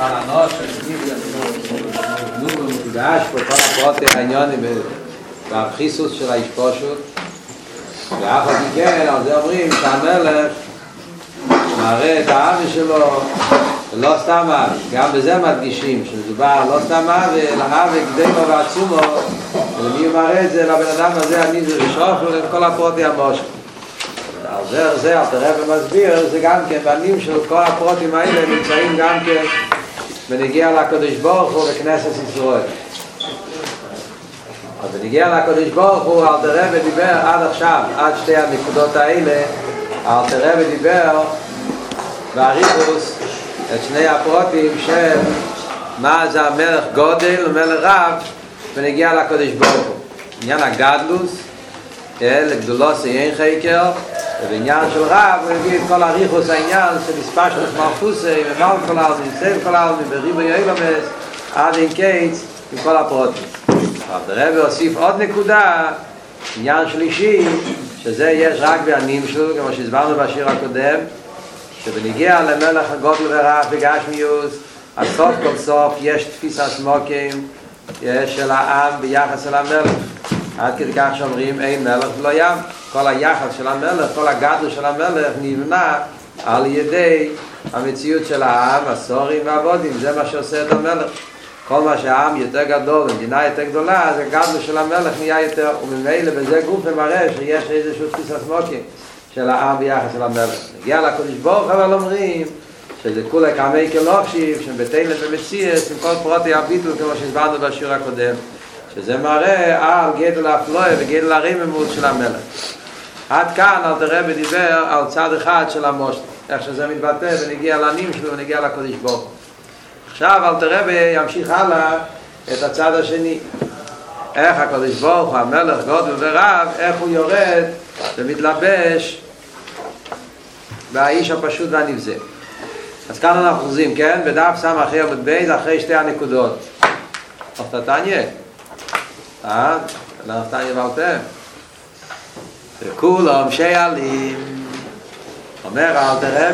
הנוש, נו במקודש, פה כל הפרוטי העניונים והבחיסוס של האשפושות. ואף על כן, על זה אומרים שהמלך מראה את האבי שלו, ולא סתם אבי, גם בזה מדגישים, שמדובר לא סתם אבי, אלא אבי קדימו ועצומו, ולמי הוא מראה את זה? לבן אדם הזה, אני זה רשוף, ולכל הפרוטי המושך. על זה, אל תראה ומסביר, זה גם כן, בנים של כל הפרוטים האלה נמצאים גם כן בנגיע לקדוש ברוך הוא בכנסת ישראל. אז בנגיע לקדוש ברוך הוא, אל תראה ודיבר עד עכשיו, עד שתי הנקודות האלה, אל תראה ודיבר באריכוס את שני הפרוטים של מה זה המלך גודל ומלך רב בנגיע לקדוש ברוך הוא. עניין הגדלוס, לגדולוס אין חקר, ובעניין של רב הוא הביא את כל הריחוס העניין של מספר של מלכוסי ומל כל העלמין, סייב כל העלמין, בריבו יאילומס עד אין קיץ עם כל הפרוטים. אבל הרב הוסיף עוד נקודה, עניין שלישי, שזה יש רק בענים שלו, כמו שהסברנו בשיר הקודם, שבנגיע למלך הגודל ורב בגשמיוס, אז סוף כל סוף יש תפיסה סמוקים של העם ביחס אל המלך. עד כדי כך שאומרים אין מלך ולא ים. כל היחס של המלך, כל הגדול של המלך נבנה על ידי המציאות של העם, הסורים והעבודים. זה מה שעושה את המלך. כל מה שהעם יותר גדול, המדינה יותר גדולה, אז הגדול של המלך נהיה יותר, וממילא בזה גוף מראה שיש איזשהו תפיסה סמוקים של העם ביחס אל המלך. נגיע לקדוש ברוך אבל אומרים שזה כולה כמי כלוכשיב, שהם בתהילים ומציאס, עם כל פרוטי הביטול כמו שהסברנו בשיר הקודם. שזה מראה על גדל האפלואה וגדל הרממות של המלך. עד כאן אל תראה בדיבר על צד אחד של המושל, איך שזה מתבטא ונגיע לענים שלו ונגיע לקודש בו. עכשיו אל תראה ימשיך הלאה את הצד השני. איך הקודש ברוך הוא, המלך גודל ורב, איך הוא יורד ומתלבש באיש הפשוט והנבזה. אז כאן אנחנו חוזרים, כן? בדף סמך בית אחרי שתי הנקודות. אופתתניה. נפתניה בעלתם וכולם שיילים אומר אל תראה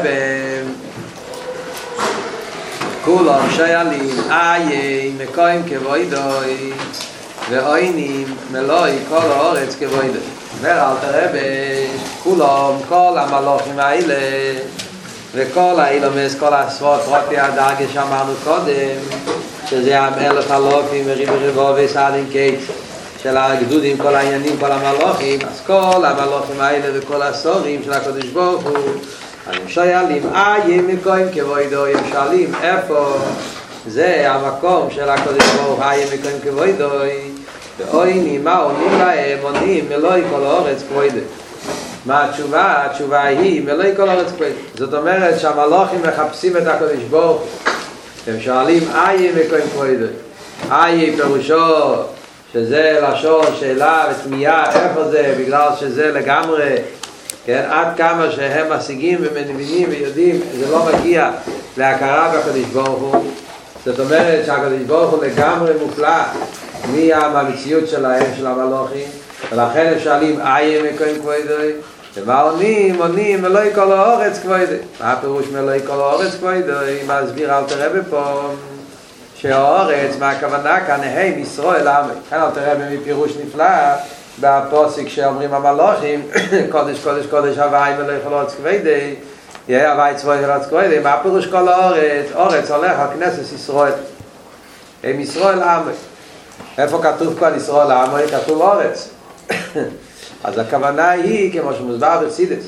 כולם שיילים איי מקוים כבוידוי ואוינים מלואי כל האורץ כבוידוי אומר אל תראה כולם כל המלוכים האלה וכל האילומס כל הספות פרוטי הדרגה שאמרנו קודם שזה המלך הלוקים וריב ריבו וסעדים קייץ של הגדודים, כל העניינים, כל המלוכים. אז כל המלוכים האלה וכל הסורים של הקדוש ברוך הוא הם שואלים, ים מקוים כבוידו, הם שואלים איפה זה המקום של הקדוש ברוך הוא, ים מקוים כבוידו ואוינים, מה עונים להם? עונים מלואי כל האורץ כבוידו. מה התשובה? התשובה היא מלואי כל האורץ כבוידו. זאת אומרת שהמלוכים מחפשים את הקדוש ברוך הוא, הם שואלים איי מקוים כבוידוי. איי פירושו שזה לשון שאלה ותמיהה איפה זה, בגלל שזה לגמרי, כן, עד כמה שהם משיגים ומבינים ויודעים, זה לא מגיע להכרה בקדוש ברוך הוא. זאת אומרת שהקדוש ברוך הוא לגמרי מופלא מהמציאות שלהם, של המלוכים, ולכן הם שואלים איי מקוים כבוידוי. ומה עונים מלואי כל האורץ כבוידוי. מה הפירוש מלואי כל האורץ כבוידוי? מה הסביר אל תראה בפה שהאורץ, מה הכוונה כאן? היי ישראל עמי. כאן אל תראה מפירוש נפלא בפוסק שאומרים המלוכים קודש קודש קודש הוואי מלואי כל האורץ כבוידוי הוואי צבוי כל האורץ כבוידוי. מה הפירוש כל האורץ? אורץ הולך על כנסת ישראל, הם ישראל עמי. איפה כתוב כאן ישראל עמי? כתוב אורץ. אז הכוונה היא, כמו שמוסבר בחסידות,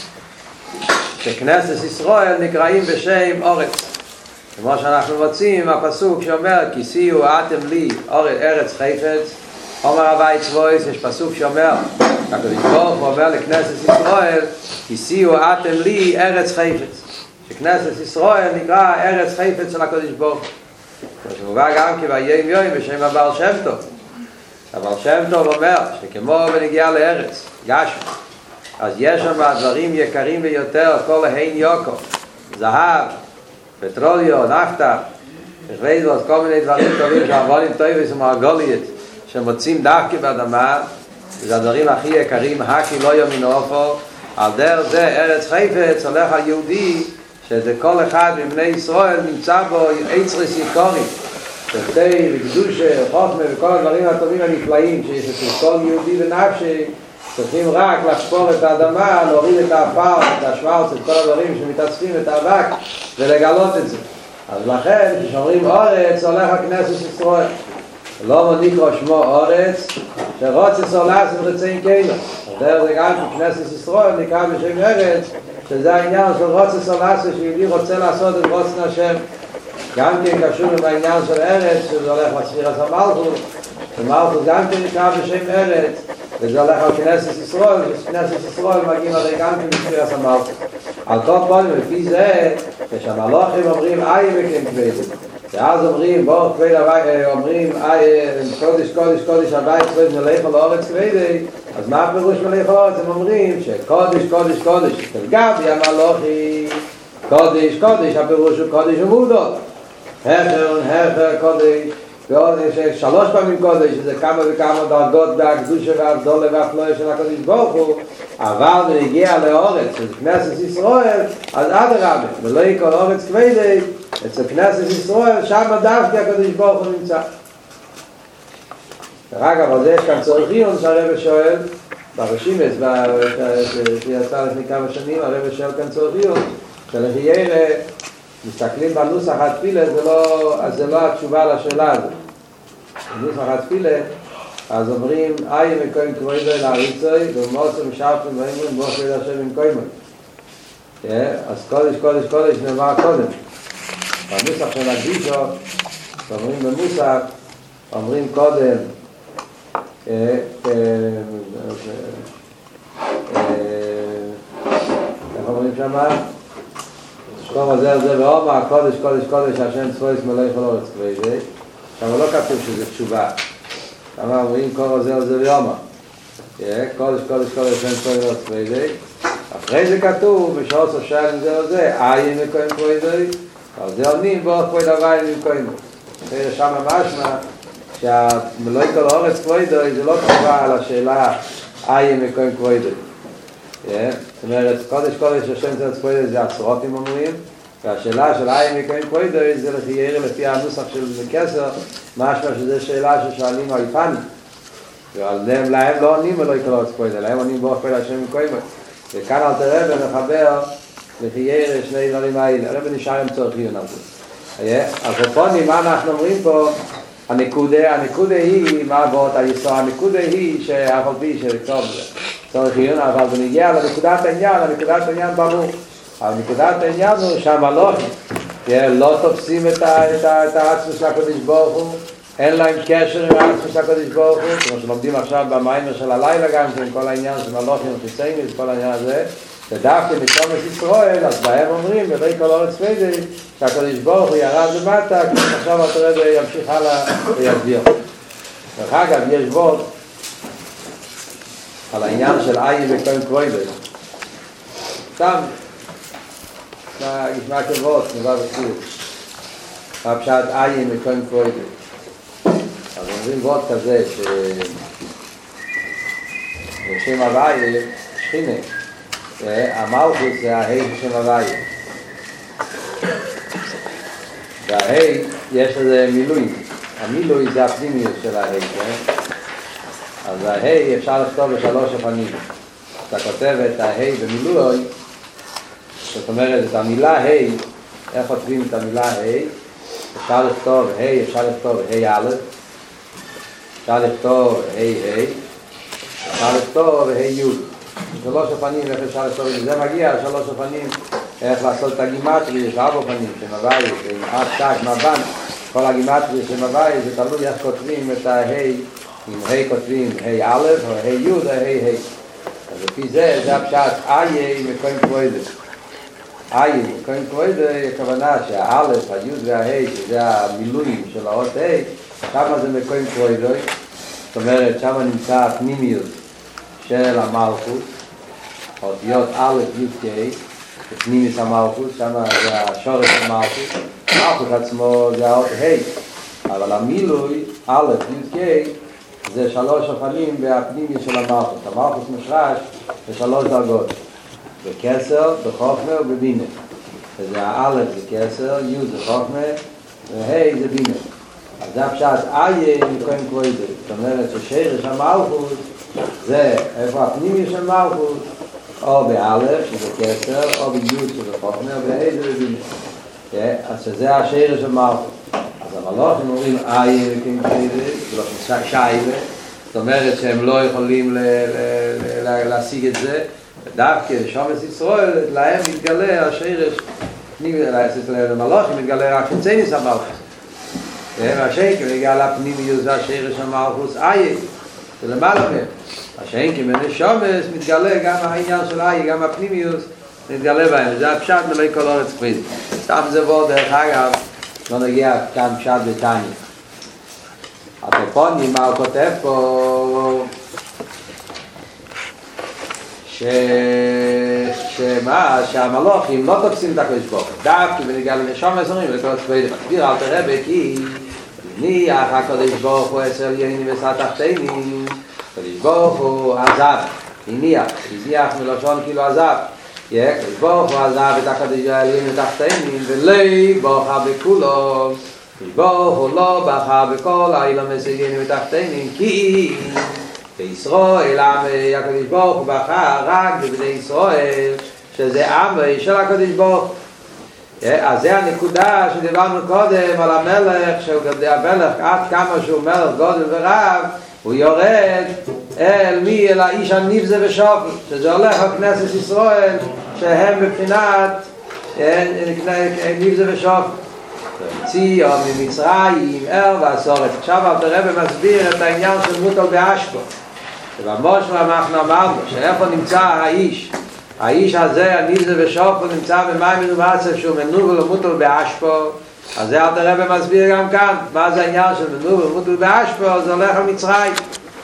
שכנסת ישראל נקראים בשם אורץ. כמו שאנחנו מוצאים הפסוק שאומר, כיסיו אתם לי ארץ חפץ, אומר הוואי צבויס, יש פסוק שאומר, הקדוש ברוך הוא אומר לכנסת ישראל, כיסיו אתם לי ארץ חפץ. שכנסת ישראל נקרא ארץ חפץ של הקדוש ברוך הוא. כמו שמובא גם כביום יום בשם הבעל שם טוב. אבל שם טוב אומר שכמו בנגיעה לארץ, גשם, אז יש שם דברים יקרים ביותר, כל ההין יוקו, זהב, פטרוליו, נפטה, וחווידות, כל מיני דברים טובים שעבולים טובים ומרגוליות, שמוצאים דווקא באדמה, זה הדברים הכי יקרים, הכי לא יומין אופו, על דרך זה ארץ חפץ הולך על יהודי שזה כל אחד מבני ישראל נמצא בו עצרס יקורי, שתי וקדושה, חוכמה וכל הדברים הטובים הנפלאים שיש אצל כל יהודי ונפשי, צריכים רק לחפור את האדמה, להוריד את האפר, את השוורץ, את כל הדברים שמתאספים את האבק ולגלות את זה. אז לכן כשאומרים אורץ הולך הכנסת ישראל, לא נקרא שמו אורץ שרוצץ עולה רצין קיינו, אז דרך זה גם כנסת ישראל נקרא בשם ארץ, שזה העניין של רוצץ עולה שיהודי רוצה לעשות את רוצן השם, גם כן קשור עם העניין של ארץ שזה הולך לספירת המלכות, ומלכות גם כן נקרא בשם ארץ, וזה הולך על כנסת ישראל, וכנסת ישראל מגיעים הרי גם כן לספירת המלכות. על כל פנים לפי זה כשהמלאכים אומרים איי מקיים כבד, ואז אומרים ברוך כבד הבית, אומרים קודש קודש קודש הבית כבד מלך על הארץ כבד, אז מה הפירוש מלך על הארץ? הם אומרים שקודש קודש קודש תלגבי המלאכים, קודש קודש הפירוש הוא קודש ומודות, הכר קודש, ועוד יש 3 פעמים קודש, שזה כמה וכמה דרגות בהקדושה והגדולה והפלואה של הקודש ברוך הוא, אבל נגיע לאורץ, שזה כנסת ישראל, אז אדרבה, ולא יקרא אורץ כבדי, אצל כנסת ישראל, שם דווקא הקודש ברוך הוא נמצא. רק אבל זה יש כאן צורכיון שהרבא שואל, ברשימס, שיצא לפני כמה שנים, הרבא שואל כאן צורכיון, שלחיירה, מסתכלים בנוסח התפילה, אז זה לא התשובה לשאלה הזאת. בנוסח התפילה, אז אומרים, איי מקוים כבודו לעריצוי, ומוצא משרפים ואומרים, בוא כבוד השם עם קוימון. אז קודש, קודש, קודש נאמר קודם. בנוסח של הקדישו, אומרים במוסח, אומרים קודם, איך אומרים שמה? קום הזה ואומר, קודש, קודש, קודש, השם צבויס מלך על אורץ כבדי. אבל לא כתוב שזה תשובה. כמה אומרים קום הזה ואומר. קודש, קודש, קודש, השם צבויס מלך על אורץ כבדי. אחרי זה כתוב, בשעות סושל עם זה וזה, איי מקוים כבדי, על זה עונים בו כבוד הווי מקוים. שם משמע שהמלך על אורץ כבדי זה לא תשובה על השאלה איי מקוים כבדי. זאת אומרת, קודש קודש השם צבויס כבדי זה הצרוטים אומרים, והשאלה של איי מקוים כבדי זה לפי הנוסח של כסר, משמע שזה שאלה ששואלים על פני, ולהם לא עונים ולא יקרא אורץ כבדי, להם עונים בו כבוד השם מקוים. וכאן אל תראה ומחבר לחיירה שני דברים האלה, הרב נשאר עם צורכיון על זה. אז בפונים, מה אנחנו אומרים פה? הנקודה היא, מה עבוד היסוד? הנקודה היא שאף על פי שטוב צורכיון, אבל זה נגיע לנקודת העניין ברור. אבל נקודת העניין הוא שהמלאכים לא תופסים את העצמות של הקדוש ברוך הוא, אין להם קשר עם העצמות של הקדוש ברוך הוא, כמו שלומדים עכשיו במיימר של הלילה גם, עם כל העניין של מלאכים וחיסיינים, כל העניין הזה, ודווקא מקומות ישראל, אז בהם אומרים, בבי כל אורץ כבדי, שהקדוש ברוך הוא ירד למטה, כי עכשיו אתה רואה ימשיך הלאה ויסביר. דרך אגב, יש בו על העניין של איי מקוים כבדי. סתם, ישמע כבוד, נבוא בסיר. הפשט איי מקוים כבדי. אז אומרים ווד כזה ששם הוויה, שכינה, המלכות זה ההי בשם הוויה. וההי יש לזה מילוי, המילוי זה הפנימיות של ההי, אז ההי אפשר לכתוב בשלוש הפנים. אתה כותב את ההי במילוי, זאת אומרת את המילה ההי, איך כותבים את המילה ההי? אפשר לכתוב ההי, אפשר לכתוב ההי א', אפשר לכתוב היי, אפשר לכתוב היי יוד. שלוש הפנים, איך אפשר לכתוב את זה? זה מגיע, שלוש הפנים, איך לעשות את הגימטרי, יש 4 פנים, שמבאי, עם עד תק, מבן, כל הגימטרי שמבאי, זה תלוי איך כותבים את ההי, אם היי כותבים היי א', או היי יוד, או היי היי. אז לפי זה, זה הפשט איי מקוים כבדי. איי מקוים כבדי, הכוונה שהאלף, היוד וההי, שזה המילואים של האות היי, שם זה מקוים כבדי, זאת אומרת, שם נמצא הפנימיות של המלכות, האותיות א' י' ק', פנימיות המלכות, שם זה השורש המלכות, המלכות עצמו זה האות ה', אבל המילוי א' י' ק' זה 3 אופנים בהפנימיות של המלכות. המלכות מושרש ב3 דרגות, בכסר, בחוכמה ובבינה. שזה האלף זה כסר, י' זה חוכמה, וה' זה בינה. אז זה הפשט עין מכהן כבוידו. זאת אומרת ששרש המלכות זה איפה הפנימי של מלכות, או באלף שזה כסר, או בי' שזה חוכמה, או בה' זה בינה. אז שזה השרש של מלכות. אז המלוכים אומרים עין מכהן כבוידו, זה לא שיילה. זאת אומרת שהם לא יכולים להשיג את זה, ודווקא שומס ישראל, להם מתגלה השרש, למלוכים מתגלה רק חצייניס המלכות. והשנקם מגיע לפנימיות זה השרש המלכות עין, זה למעלה מהם. השנקם בנשומס מתגלה גם העניין של עין, גם הפנימיות מתגלה בהם, זה הפשט מלא כל אורץ פריד. סתם זה בו דרך אגב, לא נגיע כאן פשט בתניא. הטופונים, מה הוא כותב פה? שהמלוכים לא תופסים את הקדוש ברוך הוא. דווקא בנגיעה לנשומס אומרים לכל הצבעים. מסביר אל תראה כי ניח הקדוש ברוך הוא עשר עליינים ועשר תחתינים. הקדוש ברוך הוא עזב, הניח מלשון כאילו עזב. הקדוש ברוך הוא עזב את הקדוש העליינים ותחתינים ולא בוחר בכולו. ברוך הוא לא בחר בכל האילומס עליינים ותחתינים כי בישראל עמי הקדוש ברוך הוא בחר רק בבני ישראל שזה עמי של הקדוש ברוך הוא. אז זה הנקודה שדיברנו קודם על המלך המלך עד כמה שהוא מלך גודל ורב הוא יורד אל האיש הנבזה ושופל שזה הולך על כנסת ישראל שהם בבחינת נבזה ושופל ציו ממצרים ועשורת. עכשיו הרב מסביר את העניין של מוטל באשפו ובמושל אנחנו אמרנו שאיפה נמצא האיש הזה הנבזה ושופל נמצא במים מנומצב שהוא מנובל ומוטל באשפו. אז זה הרב מסביר גם כאן מה זה העניין של מנובל ומוטל באשפו. זה הולך על מצרים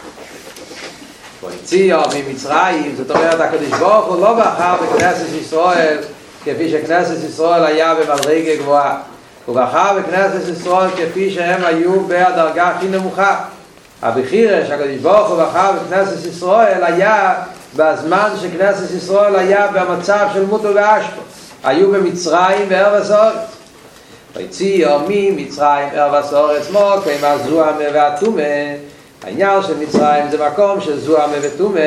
ציו ממצרים, זאת אומרת הקדוש ברוך הוא לא בחר בכנסת ישראל כפי שכנסת ישראל היה במדרגה גבוהה, הוא בחר בכנסת ישראל כפי שהם היו בדרגה הכי נמוכה. הבחירה שהקדוש ברוך הוא בחר בכנסת ישראל היה בזמן שכנסת ישראל היה במצב של מוטל באשפו, היו במצרים וארץ הארץ. ויציאו ממצרים ארץ הארץ מוקם הזוהמה והטומאה. העניין של מצרים זה מקום של זוהמה וטומאה,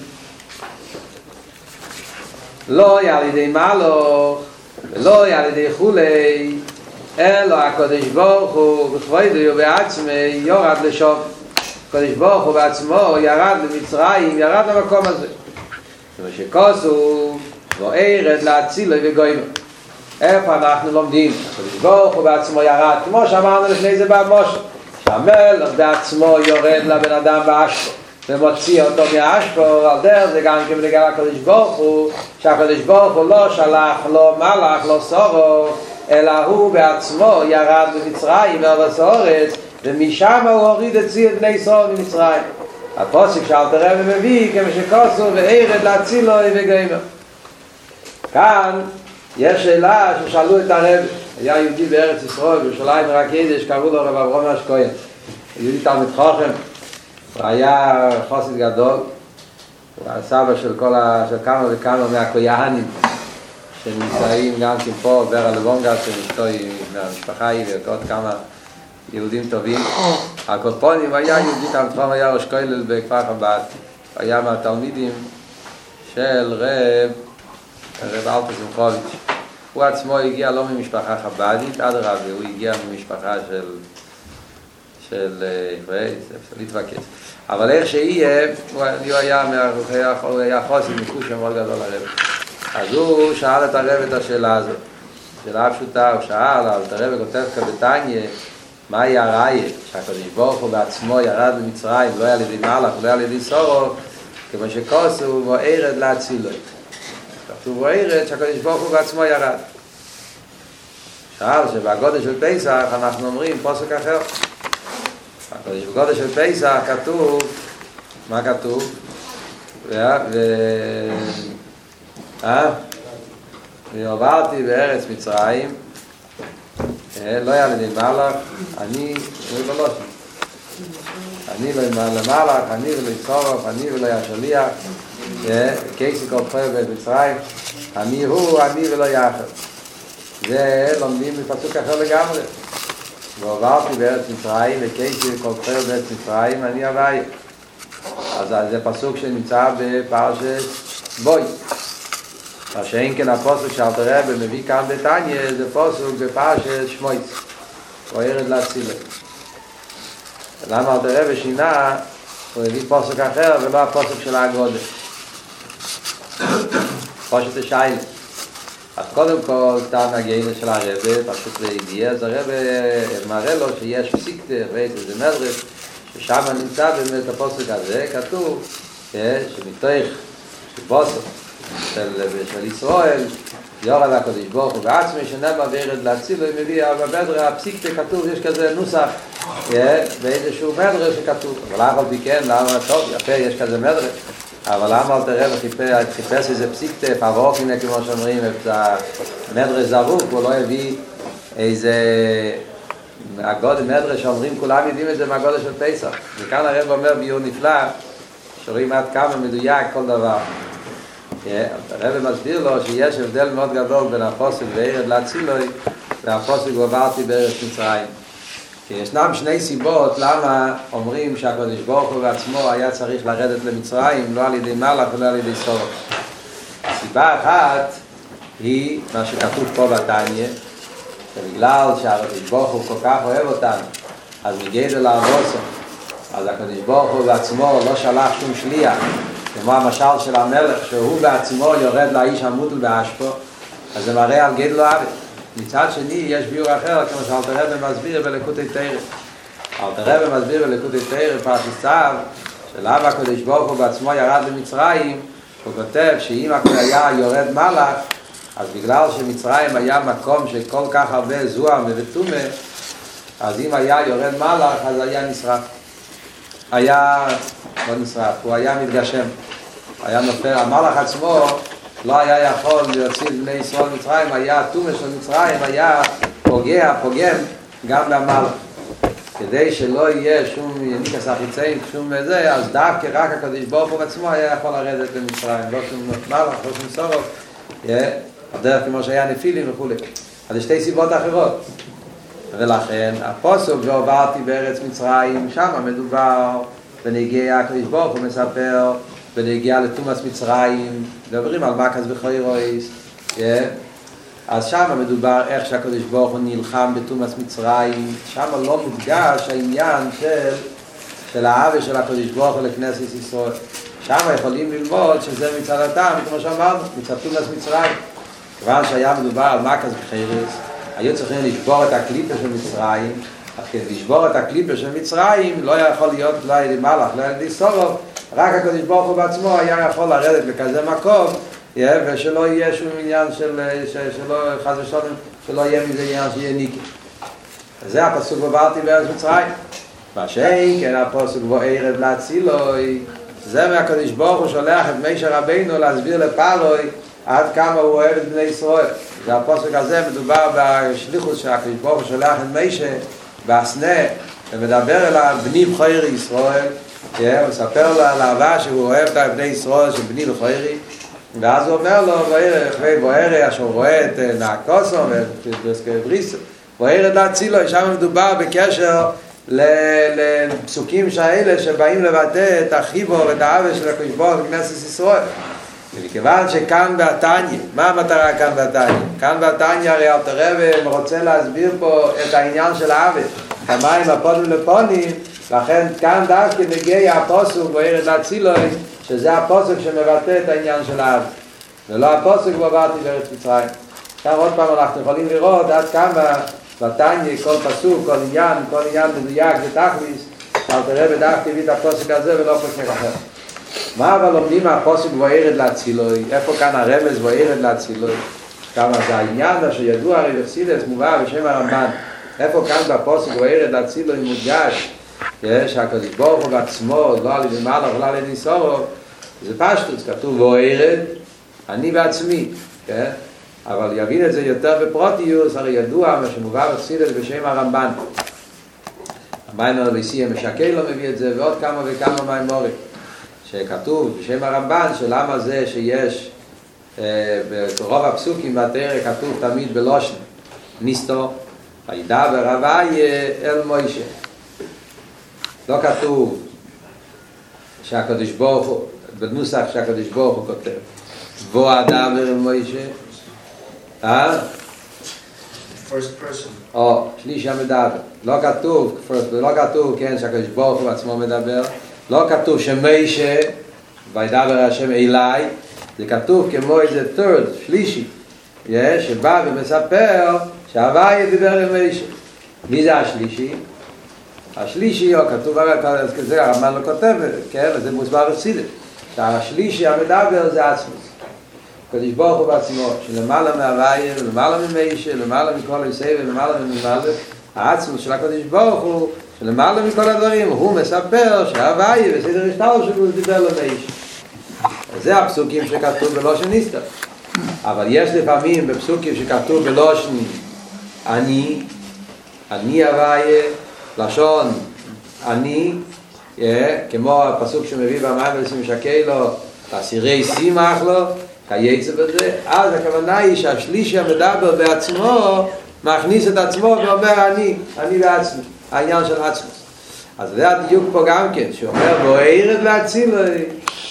לא על ידי מלוך ולא על ידי חולי, אלא הקדוש ברוך הוא בכבודו ובעצמו יורד לשם. הקדוש ברוך הוא בעצמו ירד למצרים, ירד למקום הזה. כמו שכתוב וירד להצילו וגוימו. איפה אנחנו לומדים? הקדוש ברוך הוא בעצמו ירד, כמו שאמרנו לפני זה במושל, שהמלך בעצמו יורד לבן אדם באשפו ומוציא אותו מאשפו. על דרך זה גם כבנגיע לקדוש ברוך הוא, שהקדוש ברוך הוא לא שלח לו מלאך, לא סורו, אלא הוא בעצמו ירד למצרים מארץ הארץ ומשם הוא הוריד את צי את בני ישראל ממצרים. הפוסק שאלתר רבי מביא כמו שכתוב וירד להצילו וגוימו. כאן יש שאלה ששאלו את הרב, היה יהודי בארץ ישראל בירושלים מרקדש, קראו לו רב אברהם הכהן, יהודי תלמיד חכם, הוא היה חסיד גדול, הוא היה סבא של כמה וכמה מהכהנים שנמצאים גם כן פה ורה לבונגה שאשתו היא מהמשפחה היא ועוד כמה יהודים טובים. הקופונים היה יהודי תלמיד חכם, היה ראש כולל בכפר חב"ד, היה מהתלמידים של רב אלתר שמחוביץ'. הוא עצמו הגיע לא ממשפחה חב"דית, אדרבה, הוא הגיע ממשפחה של להתווכס. אבל איך שיהיה, הוא היה חוסן מקושר מאוד גדול לרב. אז הוא שאל את הרב את השאלה הזאת. שאלה פשוטה, הוא שאל, אבל את הרב כותב כבתניא, מהי הראיה? שהקדוש ברוך הוא בעצמו ירד למצרים, לא היה לידי מלאך, לא היה לידי סורו, כמו שכתוב וירד להצילו. כתוב וירד שהקדוש ברוך הוא בעצמו ירד. שאל שבגודל של פסח אנחנו אומרים פסוק אחר. בגודל של פסח כתוב, מה כתוב? ועברתי בארץ מצרים, לא היה לידי מלאך, אני ולא אני למלאך, אני ולצורף, אני ולא השליח, קייסי כל חבר במצרים, אני הוא, אני ולא יחד. זה לומדים בפסוק אחר לגמרי. ועברתי בארץ מצרים וקייתי כל חיר בארץ מצרים אני אביי. אז זה פסוק שנמצא בפרשת בוי. מה שאין כן הפסוק שאלתר רבי מביא כאן בתניא זה פסוק בפרשת שמועס. הוא ירד להצילה. למה אלתר רבי שינה? הוא הביא פסוק אחר ולא הפסוק של הגודל. פשוט השיילה. אז קודם כל, טעם הגאינה של הרבי, פשוט זה הגיע, אז הרבי מראה לו שיש פסיקתא, וזה מדרש, ששם נמצא באמת הפסוק הזה, כתוב שמתוך שבוסו של ישראל, יורד הקדוש ברוך הוא בעצמי, שנאמר וירד להצילו, הוא מביא, אבל במדרש הפסיקתא כתוב, יש כזה נוסח, באיזשהו מדרש שכתוב, אבל אף על פי כן, למה טוב, יפה, יש כזה מדרש, אבל למה אלתר רבי חיפש איזה פסיקתא פאבורקינא כמו שאומרים את המדרש זרוק, הוא לא הביא איזה הגודל מדרש שאומרים כולם יודעים את זה מהגודל של פסח, וכאן הרב אומר ביור נפלא שרואים עד כמה מדויק כל דבר. הרב מסביר לו שיש הבדל מאוד גדול בין הפסוק וירד להצילוי והפסוק ועברתי בארץ מצרים, כי ישנם שני סיבות למה אומרים שהקדוש ברוך הוא בעצמו היה צריך לרדת למצרים לא על ידי מלאך ולא על ידי סורק. הסיבה אחת היא מה שכתוב פה בתניא, שבגלל שהקדוש ברוך הוא כל כך אוהב אותנו אז מגדל לארוסו, אז הקדוש ברוך הוא בעצמו לא שלח שום שליח, כמו המשל של המלך שהוא בעצמו יורד לאיש המוטל באשפו, אז זה מראה על גדל הארץ. מצד שני יש ביור אחר כמו שאלתר רבי מסביר בליקוטי תורה. אלתר רבי מסביר בליקוטי תורה פרשת צו שלמה הקדוש ברוך הוא בעצמו ירד למצרים, הוא כותב שאם היה יורד מלאך אז בגלל שמצרים היה מקום שכל כך הרבה זוהם וטומאה, אז אם היה יורד מלאך אז היה נשרף, היה לא נשרף, הוא היה מתגשם, היה נופל. המלאך עצמו לא היה יכול להוציא בני ישראל מצרים, היה הטומאה של מצרים היה פוגם גם במלאך, כדי שלא יהיה שום יניקס החיצאים, שום זה, אז דווקא רק הקדוש ברוך הוא עצמו היה יכול לרדת למצרים, לא שום מלאך, לא שום סורוק, הדרך כמו שהיה נפילים וכו'. אז יש שתי סיבות אחרות, ולכן הפסוק ועברתי בארץ מצרים, שם מדובר בנגיע הקדוש ברוך הוא מספר בנגיע לטומאת מצרים, מדברים על מקס וחוירויס, אז שם מדובר איך שהקדוש ברוך הוא נלחם בטומאת מצרים, שם לא מודגש העניין של האהבה של הקדוש ברוך הוא לכנסת ישראל. שם יכולים ללמוד שזה מצד הטעם, כמו שאמרנו, מצד טומאת מצרים. כיוון שהיה מדובר על מקס וחוירויס, היו צריכים לשבור את הקליפה של מצרים, אז כדי לשבור את הקליפה של מצרים לא יכול להיות לא ידי מלאך, לא ידי סורוק, רק הקדוש ברוך הוא בעצמו היה יכול לרדת לכזה מקום, ושלא יהיה שום עניין שלא חס ושלום, שלא יהיה מזה עניין שיהיה ניקי. זה הפסוק ועברתי בארץ מצרים. מה שאין כן הפסוק וירד להצילוי, זה מהקדוש ברוך הוא שולח את משה רבינו להסביר לפרעה עד כמה הוא אוהב את בני ישראל. זה הפסוק הזה מדובר בשליחות שהקדוש ברוך הוא שולח את משה בסנה ומדבר אליו בני בכורי ישראל, הוא מספר לו על אהבה שהוא אוהב את בני ישראל של בני בכורי, ואז הוא אומר לו וירא אשר רואה את נעקוסו ובריסו וירד להצילו. שם מדובר בקשר לפסוקים שהאלה שבאים לבטא את החיבור ואת האהבה של הקדוש ברוך הוא בכנסת ישראל. וכיוון שכאן בתניא, מה המטרה כאן בתניא? כאן בתניא הרי אלתר רבי רוצה להסביר פה את העניין של האהבה, המים הפונים לפונים, לכן כאן דווקא מגיע הפסוק וירד להצילוי, שזה הפסוק שמבטא את העניין של האהבה, ולא הפסוק ועברתי בארץ מצרים. עכשיו עוד פעם אנחנו יכולים לראות עד כמה בתניא כל פסוק, כל עניין מדויק ותכליס, אלתר רבי דווקא הביא את הפסוק הזה ולא פסוק אחר. מה אבל לומדים מהפסוק וירד להצילוי? איפה כאן הרמז וירד להצילוי? כמה זה העניין שידוע הרי בחסידות מובא בשם הרמב"ן. איפה כאן בפסוק וירד להצילוי מודגש שהקדוש ברוך הוא בעצמו לא על ידי מלאך ולא על ידי סורוק? זה פשטות, כתוב וירד אני בעצמי, אבל יבין את זה יותר בפרוטיוס, הרי ידוע מה שמובא בחסידות בשם הרמב"ן. המיימר הליסי המשקל לא מביא את זה ועוד כמה וכמה מיימורים שכתוב בשם הרמב"ן שלמה זה שיש ברוב הפסוקים בתורה כתוב תמיד בלושן ניסתור, וידבר הוויה אל מוישה. לא כתוב שהקדוש ברוך הוא, בנוסח שהקדוש ברוך הוא כותב, בוא אדבר אל מוישה, first person. או שלישי המדבר. לא כתוב, כן, שהקדוש ברוך הוא עצמו מדבר. לא כתוב שמוישה, וידבר השם אליי. זה כתוב כמו איזה third, שלישי, שבא ומספר שההוויה דיבר אל מוישה. מי זה השלישי? השלישי, או כתוב, זה הרמב"ן לא כותב, כן, זה מוסבר בחסידות. שהשלישי המדבר זה עצמוס. הקדוש ברוך הוא בעצמו, שלמעלה מההוויה, למעלה ממוישה, למעלה מכל הסבל, למעלה ממלך, העצמוס של הקדוש ברוך הוא, שלמעלה מכל הדברים, הוא מספר שההוויה בסדר השטר שלו דיבר למוישה. זה הפסוקים שכתוב בלושן ניסתר. אבל יש לפעמים בפסוקים שכתוב בלושן אני הוויה, לשון אני, כמו הפסוק שמביא במים ולשמשקי לו, תסירי שימח לו, כייצא בזה, אז הכוונה היא שהשלישי המדבר בעצמו מכניס את עצמו ואומר אני בעצמי, העניין של עצמוס. אז זה הדיוק פה גם כן, שאומר בוערת להצילוי,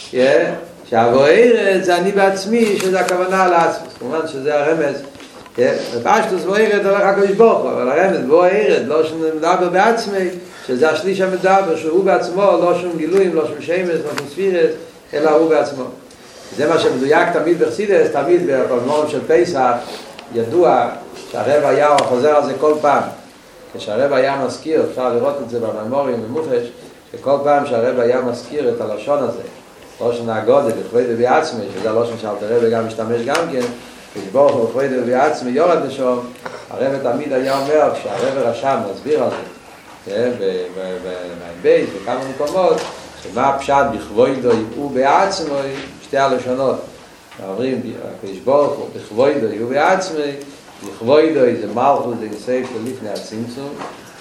שהבוערת זה אני בעצמי, שזה הכוונה לעצמוס. כמובן שזה הרמז, בפשטוס בוערת הולך הקדוש ברוך הוא, אבל הרמז בוערת, לא שמדבר בעצמי, שזה השליש המדבר, שהוא בעצמו, לא שום גילויים, לא שום שמש, לא שום ספירס, אלא הוא בעצמו. זה מה שמדויק תמיד בחסידות, תמיד בפלמורים של פסח, ידוע שהרב היה חוזר על זה כל פעם. כשהרב היה מזכיר, אפשר לראות את זה בממורים במוחש, שכל פעם שהרב היה מזכיר את הלשון הזה, לשון הגודל, לכבוד בעצמי, שזה הלשון שהרב גם משתמש גם כן, כשברוך הוא לכבוד בעצמי יורד לשום, הרב תמיד היה אומר, כשהרב רשם מסביר על זה, בבית, בכמה מקומות, שמה הפשט בכבודו ובעצמו, שתי הלשונות. אומרים, הקדוש ברוך הוא בכבודו ובעצמו, בכבודו זה מלכות, זה ניסי של לפני הצמצום.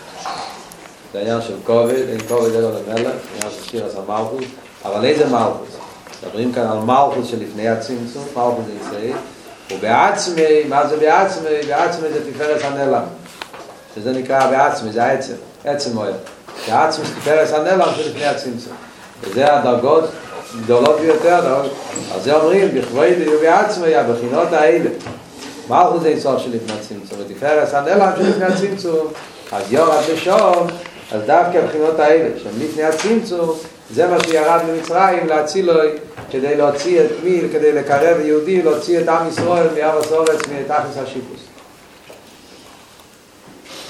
זה העניין של כובד, אין כובד אלא למלך, העניין של שיר עשה מלכות. אבל איזה מלכות? מדברים כאן על מלכות של לפני הצמצום, מלכות זה ניסי. ובעצמי, מה זה בעצמי? בעצמי זה תפארת הנעלם. שזה נקרא בעצמי, זה העצם, עצם מועד. העצמי זה תפארת הנעלם של לפני הצמצום. וזה הדרגות גדולות ביותר. אז זה אומרים, בכבודו ובעצמי, הבחינות האלה. מלכות זה אינסוף של לפני הצמצום, ותפארת הנעלם של לפני הצמצום, אז יורד לשום, אז דווקא הבחינות האלה, שהם לפני הצמצום, זה מה שירד במצרים להצילוי, כדי להוציא את מי, כדי לקרב יהודי, להוציא את עם ישראל מארץ אורץ, מתחת השיפוס.